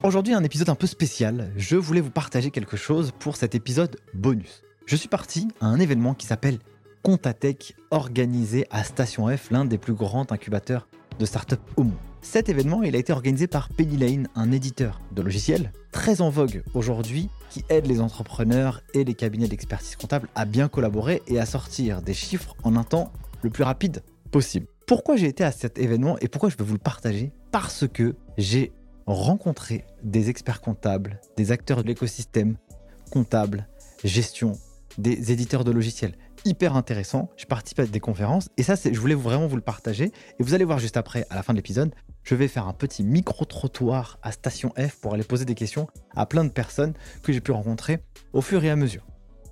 Aujourd'hui, un épisode un peu spécial. Je voulais vous partager quelque chose pour cet épisode bonus. Je suis parti à un événement qui s'appelle Contatech, organisé à Station F, l'un des plus grands incubateurs de start-up au monde. Cet événement, il a été organisé par Penny Lane, un éditeur de logiciels très en vogue aujourd'hui, qui aide les entrepreneurs et les cabinets d'expertise comptable à bien collaborer et à sortir des chiffres en un temps le plus rapide possible. Pourquoi j'ai été à cet événement et pourquoi je veux vous le partager ? Parce que j'ai rencontrer des experts comptables, des acteurs de l'écosystème comptable, gestion, des éditeurs de logiciels. Hyper intéressant. Je participe à des conférences et ça, je voulais vraiment vous le partager. Et vous allez voir juste après, à la fin de l'épisode, je vais faire un petit micro-trottoir à Station F pour aller poser des questions à plein de personnes que j'ai pu rencontrer au fur et à mesure.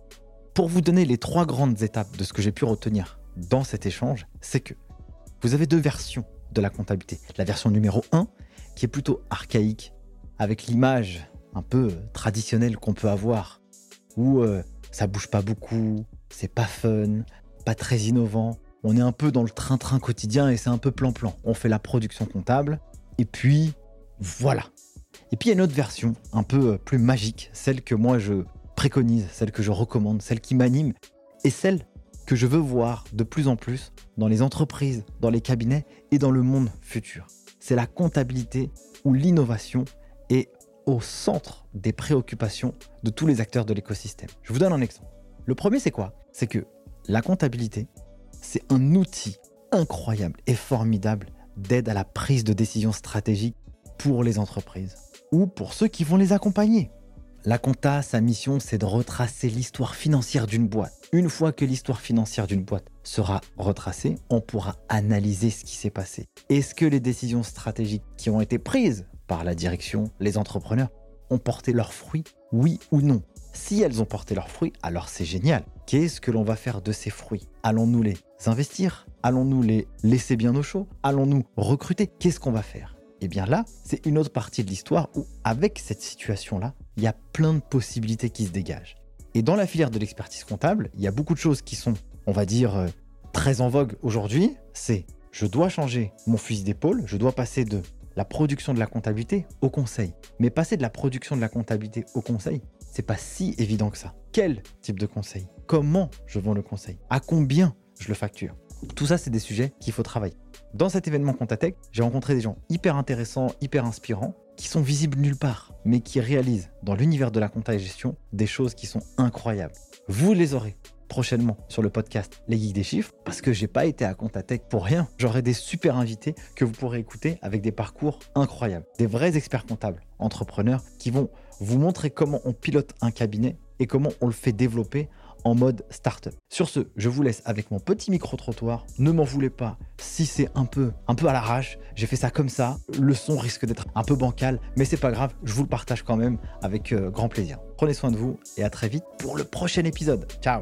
Pour vous donner les 3 grandes étapes de ce que j'ai pu retenir dans cet échange, c'est que vous avez 2 versions de la comptabilité. La version numéro 1, qui est plutôt archaïque, avec l'image un peu traditionnelle qu'on peut avoir, où ça bouge pas beaucoup, c'est pas fun, pas très innovant, on est un peu dans le train-train quotidien et c'est un peu plan-plan. On fait la production comptable, et puis voilà. Et puis il y a une autre version, un peu plus magique, celle que moi je préconise, celle que je recommande, celle qui m'anime, et celle que je veux voir de plus en plus dans les entreprises, dans les cabinets et dans le monde futur. C'est la comptabilité où l'innovation est au centre des préoccupations de tous les acteurs de l'écosystème. Je vous donne un exemple. Le premier, c'est quoi ? C'est que la comptabilité, c'est un outil incroyable et formidable d'aide à la prise de décision stratégique pour les entreprises ou pour ceux qui vont les accompagner. La compta, sa mission, c'est de retracer l'histoire financière d'une boîte. Une fois que l'histoire financière d'une boîte sera retracée, on pourra analyser ce qui s'est passé. Est-ce que les décisions stratégiques qui ont été prises par la direction, les entrepreneurs, ont porté leurs fruits, oui ou non ? Si elles ont porté leurs fruits, alors c'est génial. Qu'est-ce que l'on va faire de ces fruits ? Allons-nous les investir ? Allons-nous les laisser bien au chaud ? Allons-nous recruter ? Qu'est-ce qu'on va faire ? Et bien là, c'est une autre partie de l'histoire où, avec cette situation-là, il y a plein de possibilités qui se dégagent. Et dans la filière de l'expertise comptable, il y a beaucoup de choses qui sont, on va dire, très en vogue aujourd'hui. C'est, je dois changer mon fusil d'épaule, je dois passer de la production de la comptabilité au conseil. Mais passer de la production de la comptabilité au conseil, c'est pas si évident que ça. Quel type de conseil ? Comment je vends le conseil ? À combien je le facture ? Tout ça, c'est des sujets qu'il faut travailler. Dans cet événement Contatech, j'ai rencontré des gens hyper intéressants, hyper inspirants, qui sont visibles nulle part, mais qui réalisent dans l'univers de la compta et gestion des choses qui sont incroyables. Vous les aurez prochainement sur le podcast Les Geeks des Chiffres, parce que j'ai pas été à Contatech pour rien. J'aurai des super invités que vous pourrez écouter avec des parcours incroyables. Des vrais experts comptables, entrepreneurs, qui vont vous montrer comment on pilote un cabinet et comment on le fait développer en mode start-up. Sur ce, je vous laisse avec mon petit micro-trottoir. Ne m'en voulez pas si c'est un peu à l'arrache. J'ai fait ça comme ça. Le son risque d'être un peu bancal, mais c'est pas grave. Je vous le partage quand même avec grand plaisir. Prenez soin de vous et à très vite pour le prochain épisode. Ciao.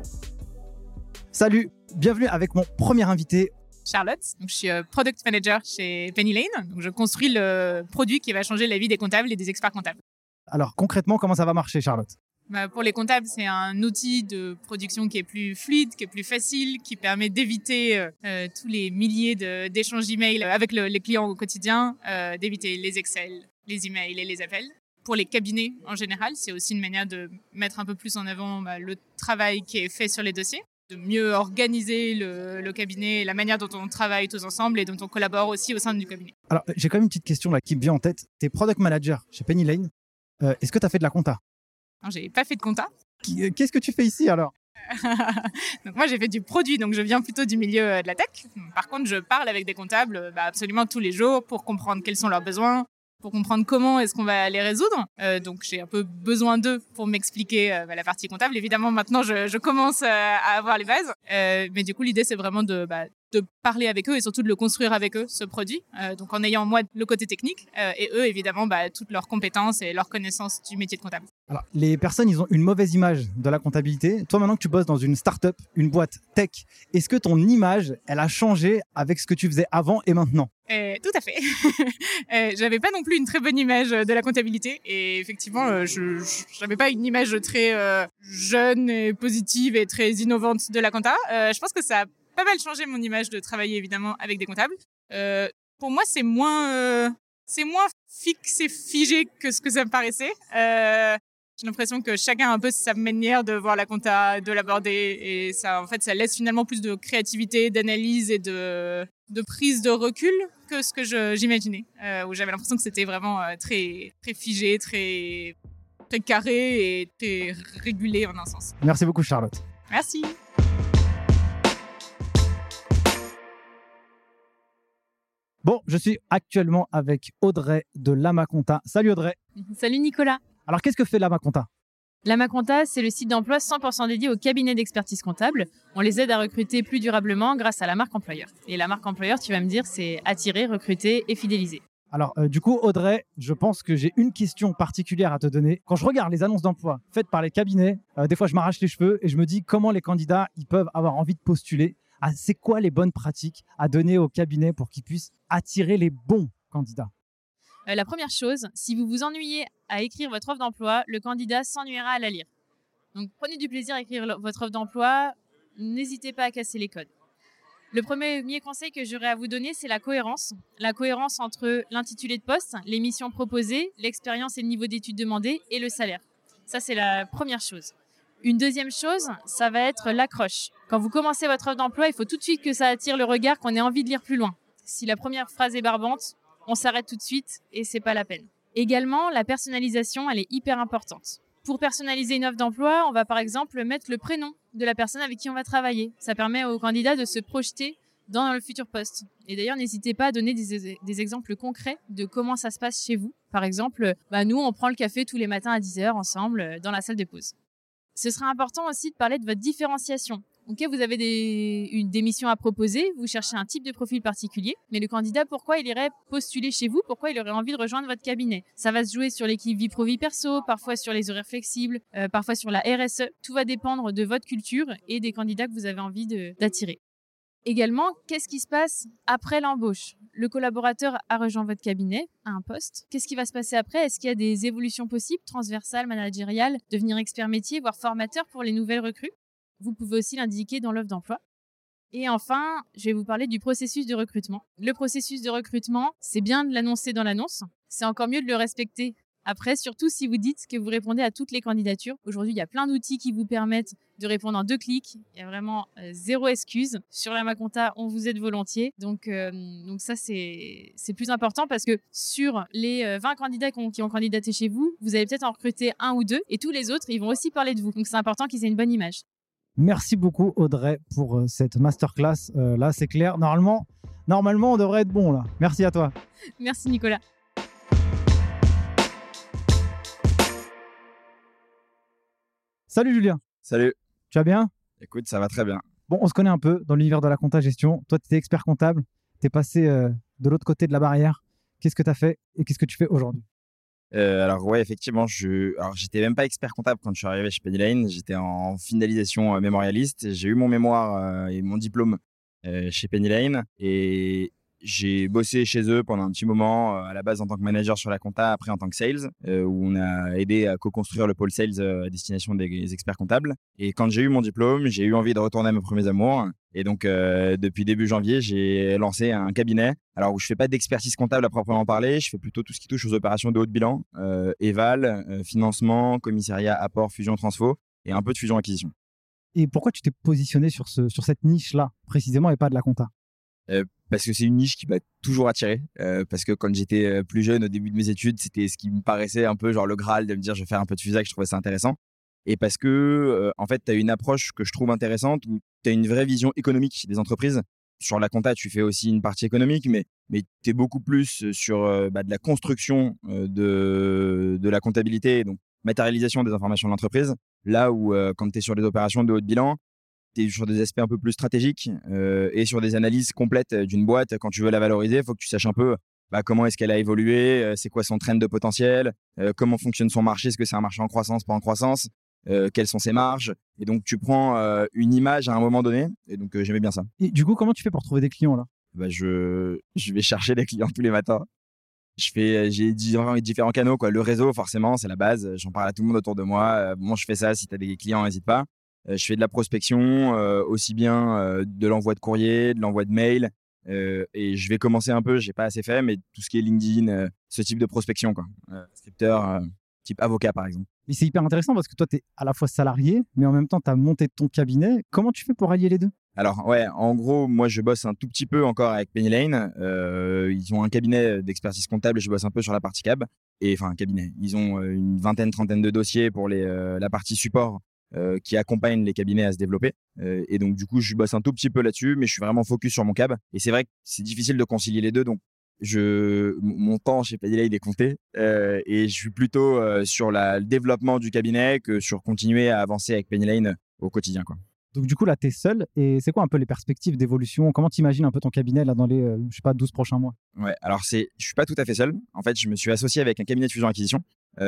Salut, bienvenue avec mon premier invité. Charlotte, donc je suis Product Manager chez Penny Lane. Donc je construis le produit qui va changer la vie des comptables et des experts comptables. Alors concrètement, comment ça va marcher, Charlotte ? Pour les comptables, c'est un outil de production qui est plus fluide, qui est plus facile, qui permet d'éviter tous les milliers d'échanges d'emails avec les clients au quotidien, d'éviter les Excel, les emails et les appels. Pour les cabinets en général, c'est aussi une manière de mettre un peu plus en avant le travail qui est fait sur les dossiers, de mieux organiser le cabinet, la manière dont on travaille tous ensemble et dont on collabore aussi au sein du cabinet. Alors, j'ai quand même une petite question là qui me vient en tête. Tu es Product Manager chez Penny Lane. Est-ce que tu as fait de la compta ? Non, j'ai pas fait de compta. Qu'est-ce que tu fais ici alors ? Donc moi, j'ai fait du produit, donc je viens plutôt du milieu de la tech. Par contre, je parle avec des comptables absolument tous les jours pour comprendre quels sont leurs besoins, pour comprendre comment est-ce qu'on va les résoudre. Donc j'ai un peu besoin d'eux pour m'expliquer la partie comptable. Évidemment, maintenant, je commence à avoir les bases. Mais du coup, l'idée, c'est vraiment de parler avec eux et surtout de le construire avec eux, ce produit. Donc en ayant, moi, le côté technique et eux, évidemment, toutes leurs compétences et leurs connaissances du métier de comptable. Alors, les personnes, ils ont une mauvaise image de la comptabilité. Toi, maintenant que tu bosses dans une start-up, une boîte tech, est-ce que ton image, elle a changé avec ce que tu faisais avant et maintenant ? Tout à fait. J'avais pas non plus une très bonne image de la comptabilité et effectivement, je n'avais pas une image très jeune et positive et très innovante de la compta. Je pense que ça a pas mal changé mon image de travailler évidemment avec des comptables. Pour moi, c'est moins c'est moins fixe et figé que ce que ça me paraissait. J'ai l'impression que chacun a un peu sa manière de voir la compta, de l'aborder, et ça, en fait, ça laisse finalement plus de créativité, d'analyse et de prise de recul que ce que j'imaginais, où j'avais l'impression que c'était vraiment très, très figé, très, très carré et très régulé en un sens. Merci beaucoup, Charlotte. Merci. Bon, je suis actuellement avec Audrey de Lamaconta. Salut Audrey. Salut Nicolas. Alors, qu'est-ce que fait Lamaconta ? Lamaconta, c'est le site d'emploi 100% dédié aux cabinets d'expertise comptable. On les aide à recruter plus durablement grâce à la marque employeur. Et la marque employeur, tu vas me dire, c'est attirer, recruter et fidéliser. Alors, du coup, Audrey, je pense que j'ai une question particulière à te donner. Quand je regarde les annonces d'emploi faites par les cabinets, des fois, je m'arrache les cheveux et je me dis comment les candidats ils peuvent avoir envie de postuler. C'est quoi les bonnes pratiques à donner aux cabinets pour qu'ils puissent attirer les bons candidats ? La première chose, si vous vous ennuyez à écrire votre offre d'emploi, le candidat s'ennuiera à la lire. Donc, prenez du plaisir à écrire votre offre d'emploi. N'hésitez pas à casser les codes. Le premier conseil que j'aurais à vous donner, c'est la cohérence. La cohérence entre l'intitulé de poste, les missions proposées, l'expérience et le niveau d'études demandé et le salaire. Ça, c'est la première chose. Une deuxième chose, ça va être l'accroche. Quand vous commencez votre offre d'emploi, il faut tout de suite que ça attire le regard, qu'on ait envie de lire plus loin. Si la première phrase est barbante, on s'arrête tout de suite et c'est pas la peine. Également, la personnalisation, elle est hyper importante. Pour personnaliser une offre d'emploi, on va par exemple mettre le prénom de la personne avec qui on va travailler. Ça permet au candidat de se projeter dans le futur poste. Et d'ailleurs, n'hésitez pas à donner des exemples concrets de comment ça se passe chez vous. Par exemple, nous, on prend le café tous les matins à 10h ensemble dans la salle de pause. Ce sera important aussi de parler de votre différenciation. Ok, vous avez des missions à proposer, vous cherchez un type de profil particulier, mais le candidat, pourquoi il irait postuler chez vous, pourquoi il aurait envie de rejoindre votre cabinet ? Ça va se jouer sur l'équipe vie pro-vie perso, parfois sur les horaires flexibles, parfois sur la RSE. Tout va dépendre de votre culture et des candidats que vous avez envie d'attirer. Également, qu'est-ce qui se passe après l'embauche ? Le collaborateur a rejoint votre cabinet à un poste. Qu'est-ce qui va se passer après ? Est-ce qu'il y a des évolutions possibles, transversales, managériales, devenir expert métier, voire formateur pour les nouvelles recrues ? Vous pouvez aussi l'indiquer dans l'offre d'emploi. Et enfin, je vais vous parler du processus de recrutement. Le processus de recrutement, c'est bien de l'annoncer dans l'annonce. C'est encore mieux de le respecter après, surtout si vous dites que vous répondez à toutes les candidatures. Aujourd'hui, il y a plein d'outils qui vous permettent de répondre en 2 clics. Il y a vraiment zéro excuse. Sur Lamaconta, on vous aide volontiers. Donc ça, c'est plus important parce que sur les 20 candidats qui ont candidaté chez vous, vous allez peut-être en recruter 1 ou 2 et tous les autres, ils vont aussi parler de vous. Donc c'est important qu'ils aient une bonne image. Merci beaucoup Audrey pour cette masterclass. Là, c'est clair. Normalement, on devrait être bon là. Merci à toi. Merci Nicolas. Salut Julien. Salut. Tu vas bien ? Écoute, ça va très bien. Bon, on se connaît un peu dans l'univers de la compta gestion. Toi, tu étais expert comptable. Tu es passé de l'autre côté de la barrière. Qu'est-ce que tu as fait et qu'est-ce que tu fais aujourd'hui ? Alors ouais, effectivement, j'étais même pas expert comptable quand je suis arrivé chez Penny Lane. J'étais en finalisation mémorialiste. J'ai eu mon mémoire et mon diplôme chez Penny Lane et j'ai bossé chez eux pendant un petit moment, à la base en tant que manager sur la compta, après en tant que sales, où on a aidé à co-construire le pôle sales à destination des experts comptables. Et quand j'ai eu mon diplôme, j'ai eu envie de retourner à mes premiers amours. Et donc, depuis début janvier, j'ai lancé un cabinet. Alors, où je fais pas d'expertise comptable à proprement parler, je fais plutôt tout ce qui touche aux opérations de haut de bilan, éval, financement, commissariat, apport, fusion, transfo, et un peu de fusion-acquisition. Et pourquoi tu t'es positionné sur cette niche-là, précisément, et pas de la compta ? Parce que c'est une niche qui m'a toujours attiré. Parce que quand j'étais plus jeune, au début de mes études, c'était ce qui me paraissait un peu genre le Graal de me dire je vais faire un peu de FUSAC, je trouvais ça intéressant. Et parce que, en fait, tu as une approche que je trouve intéressante où tu as une vraie vision économique des entreprises. Sur la compta, tu fais aussi une partie économique, mais tu es beaucoup plus sur de la construction de la comptabilité, donc matérialisation des informations de l'entreprise. Là où, quand tu es sur des opérations de haut de bilan, tu es sur des aspects un peu plus stratégiques et sur des analyses complètes d'une boîte. Quand tu veux la valoriser, il faut que tu saches un peu comment est-ce qu'elle a évolué, c'est quoi son trend de potentiel, comment fonctionne son marché, est-ce que c'est un marché en croissance, pas en croissance, quelles sont ses marges. Et donc, tu prends une image à un moment donné. Et donc, j'aimais bien ça. Et du coup, comment tu fais pour trouver des clients là ? Je vais chercher des clients tous les matins. J'ai différents canaux, quoi. Le réseau, forcément, c'est la base. J'en parle à tout le monde autour de moi. Je fais ça. Si tu as des clients, n'hésite pas. Je fais de la prospection, aussi bien de l'envoi de courrier, de l'envoi de mail, Et je vais commencer un peu, j'ai pas assez fait, mais tout ce qui est LinkedIn, ce type de prospection, quoi. Scripteur, type avocat, par exemple. Mais c'est hyper intéressant parce que toi, tu es à la fois salarié, mais en même temps, tu as monté ton cabinet. Comment tu fais pour allier les deux? Alors, ouais, en gros, moi, je bosse un tout petit peu encore avec Penny Lane. Ils ont un cabinet d'expertise comptable et je bosse un peu sur la partie CAB. Et enfin, un cabinet. Ils ont une vingtaine, trentaine de dossiers pour la partie support qui accompagne les cabinets à se développer. Et donc, du coup, je bosse un tout petit peu là-dessus, mais je suis vraiment focus sur mon CAB. Et c'est vrai que c'est difficile de concilier les deux. Donc, mon temps chez Penny Lane est compté. Et je suis plutôt sur le développement du cabinet que sur continuer à avancer avec Penny Lane au quotidien, quoi. Donc du coup, là, tu es seul. Et c'est quoi un peu les perspectives d'évolution? Comment tu imagines un peu ton cabinet là, dans les, je sais pas, 12 prochains mois? Ouais, alors je suis pas tout à fait seul. En fait, je me suis associé avec un cabinet de fusion-acquisition.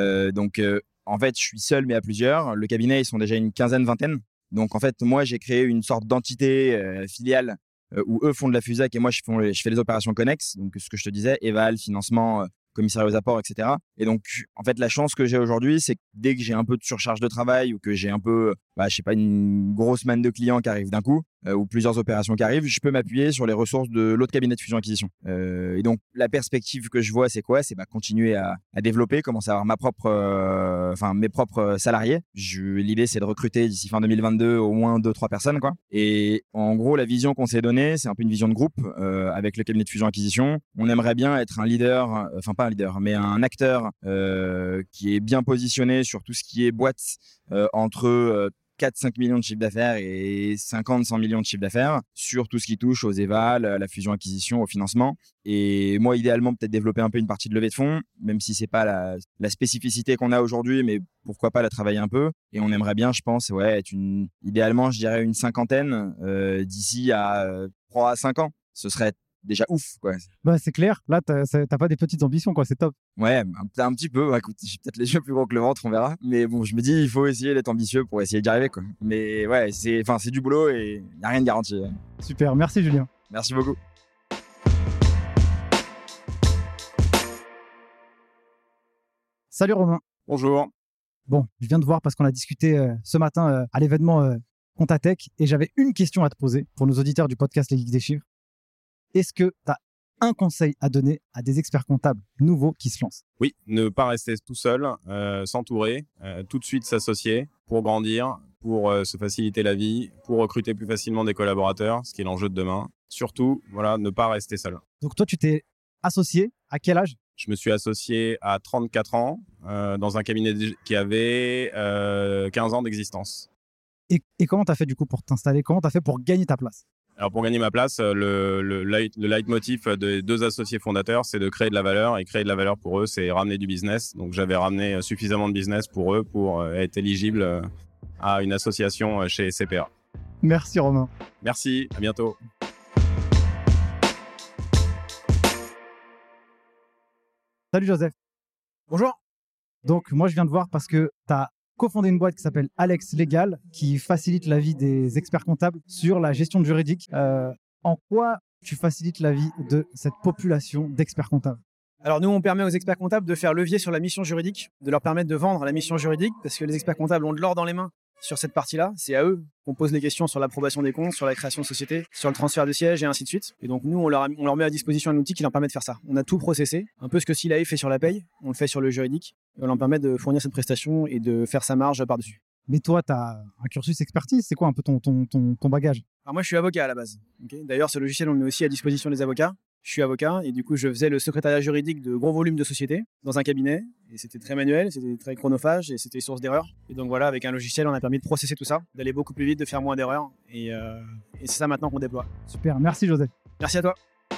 En fait, je suis seul, mais à plusieurs. Le cabinet, ils sont déjà une quinzaine, vingtaine. Donc, en fait, moi, j'ai créé une sorte d'entité filiale où eux font de la FUSAC et moi, je fais les opérations connexes. Donc, ce que je te disais, éval, financement, commissariat aux apports, etc. Et donc, en fait, la chance que j'ai aujourd'hui, c'est que dès que j'ai un peu de surcharge de travail ou que j'ai un peu, je sais pas, une grosse manne de clients qui arrive d'un coup ou plusieurs opérations qui arrivent, je peux m'appuyer sur les ressources de l'autre cabinet de fusion-acquisition. Et donc, la perspective que je vois, c'est quoi? C'est continuer à développer, commencer à avoir mes propres salariés. L'idée, c'est de recruter d'ici fin 2022 au moins 2-3 personnes, quoi. Et en gros, la vision qu'on s'est donnée, c'est un peu une vision de groupe avec le cabinet de fusion-acquisition. On aimerait bien être un leader, pas un leader, mais un acteur qui est bien positionné sur tout ce qui est boîte entre 4-5 millions de chiffre d'affaires et 50-100 millions de chiffre d'affaires sur tout ce qui touche aux évals, à la fusion-acquisition, au financement. Et moi, idéalement, peut-être développer un peu une partie de levée de fonds, même si c'est pas la spécificité qu'on a aujourd'hui, mais pourquoi pas la travailler un peu. Et on aimerait bien, je pense, être idéalement, je dirais une cinquantaine d'ici à 3 à 5 ans. Ce serait déjà ouf, quoi. Bah, c'est clair. Là, t'as pas des petites ambitions, quoi. C'est top. Ouais, un petit peu. Écoute, j'ai peut-être les yeux plus gros que le ventre, on verra. Mais bon, je me dis, il faut essayer d'être ambitieux pour essayer d'y arriver, quoi. Mais ouais, c'est du boulot et il n'y a rien de garanti. Super. Merci, Julien. Merci beaucoup. Salut, Romain. Bonjour. Bon, je viens de voir parce qu'on a discuté ce matin à l'événement Contatech et j'avais une question à te poser pour nos auditeurs du podcast Les Geeks des Chiffres. Est-ce que tu as un conseil à donner à des experts comptables nouveaux qui se lancent? Oui, ne pas rester tout seul, s'entourer, tout de suite s'associer pour grandir, pour se faciliter la vie, pour recruter plus facilement des collaborateurs, ce qui est l'enjeu de demain. Surtout, voilà, ne pas rester seul. Donc toi, tu t'es associé à quel âge? Je me suis associé à 34 ans dans un cabinet qui avait 15 ans d'existence. Et comment tu as fait du coup pour t'installer? Comment tu as fait pour gagner ta place? Alors pour gagner ma place, le leitmotiv des deux associés fondateurs, c'est de créer de la valeur. Et créer de la valeur pour eux, c'est ramener du business. Donc j'avais ramené suffisamment de business pour eux pour être éligible à une association chez CPA. Merci Romain. Merci, à bientôt. Salut Joseph. Bonjour. Donc moi je viens de voir parce que tu as cofondé une boîte qui s'appelle Alex Legal, qui facilite la vie des experts comptables sur la gestion juridique. En quoi tu facilites la vie de cette population d'experts comptables? Alors nous, on permet aux experts comptables de faire levier sur la mission juridique, de leur permettre de vendre la mission juridique, parce que les experts comptables ont de l'or dans les mains sur cette partie-là. C'est à eux qu'on pose les questions sur l'approbation des comptes, sur la création de société, sur le transfert de sièges et ainsi de suite. Et donc nous, on leur met à disposition un outil qui leur permet de faire ça. On a tout processé, un peu ce que Silae fait sur la paye, on le fait sur le juridique, et on leur permet de fournir cette prestation et de faire sa marge par-dessus. Mais toi, tu as un cursus expertise, c'est quoi un peu ton bagage? Alors moi, je suis avocat à la base. Okay. D'ailleurs, ce logiciel, on le met aussi à disposition des avocats. Je suis avocat et du coup, je faisais le secrétariat juridique de gros volumes de sociétés dans un cabinet. Et c'était très manuel, c'était très chronophage et c'était source d'erreurs. Et donc voilà, avec un logiciel, on a permis de processer tout ça, d'aller beaucoup plus vite, de faire moins d'erreurs. Et c'est ça maintenant qu'on déploie. Super, merci Joseph. Merci à toi.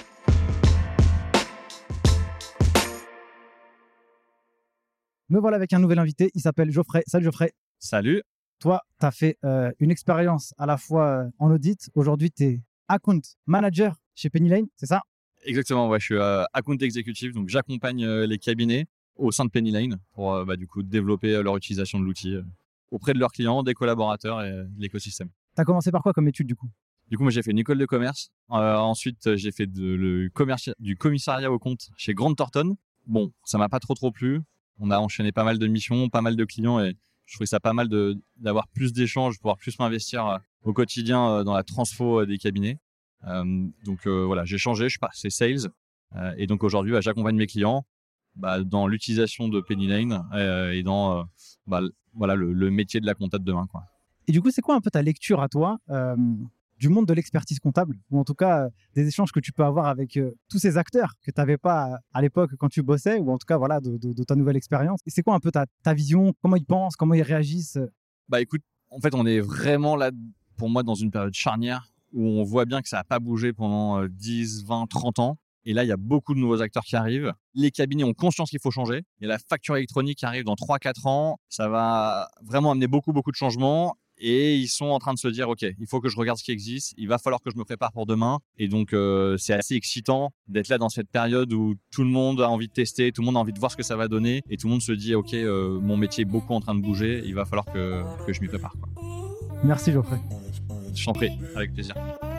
Me voilà avec un nouvel invité, il s'appelle Geoffrey. Salut Geoffrey. Salut. Toi, tu as fait une expérience à la fois en audit. Aujourd'hui, tu es account manager chez Penny Lane, c'est ça? Exactement, ouais, je suis account exécutif, donc j'accompagne les cabinets au sein de Penny Lane pour du coup développer leur utilisation de l'outil auprès de leurs clients, des collaborateurs et de l'écosystème. Tu as commencé par quoi comme étude du coup? Du coup, moi j'ai fait une école de commerce. Ensuite, j'ai fait du commissariat au compte chez Grant Thornton. Bon, ça m'a pas trop plu. On a enchaîné pas mal de missions, pas mal de clients et je trouvais ça pas mal d'avoir plus d'échanges, pouvoir plus m'investir au quotidien dans la transfo des cabinets. Donc voilà, j'ai changé, je suis passé sales. Et donc aujourd'hui, j'accompagne mes clients dans l'utilisation de Penny Lane et dans voilà, le métier de la compta de demain, quoi. Et du coup, c'est quoi un peu ta lecture à toi du monde de l'expertise comptable, ou en tout cas des échanges que tu peux avoir avec tous ces acteurs que tu n'avais pas à l'époque quand tu bossais, ou en tout cas voilà, de ta nouvelle expérience. Et c'est quoi un peu ta vision, comment ils pensent, comment ils réagissent? Écoute, en fait, on est vraiment là, pour moi, dans une période charnière où on voit bien que ça n'a pas bougé pendant 10, 20, 30 ans. Et là, il y a beaucoup de nouveaux acteurs qui arrivent. Les cabinets ont conscience qu'il faut changer. Il y a la facture électronique qui arrive dans 3-4 ans. Ça va vraiment amener beaucoup de changements. Et ils sont en train de se dire, OK, il faut que je regarde ce qui existe. Il va falloir que je me prépare pour demain. Et donc, c'est assez excitant d'être là dans cette période où tout le monde a envie de tester, tout le monde a envie de voir ce que ça va donner. Et tout le monde se dit, OK, mon métier est beaucoup en train de bouger. Il va falloir que je m'y prépare, quoi. Merci Geoffrey. Je t'en prie, avec plaisir.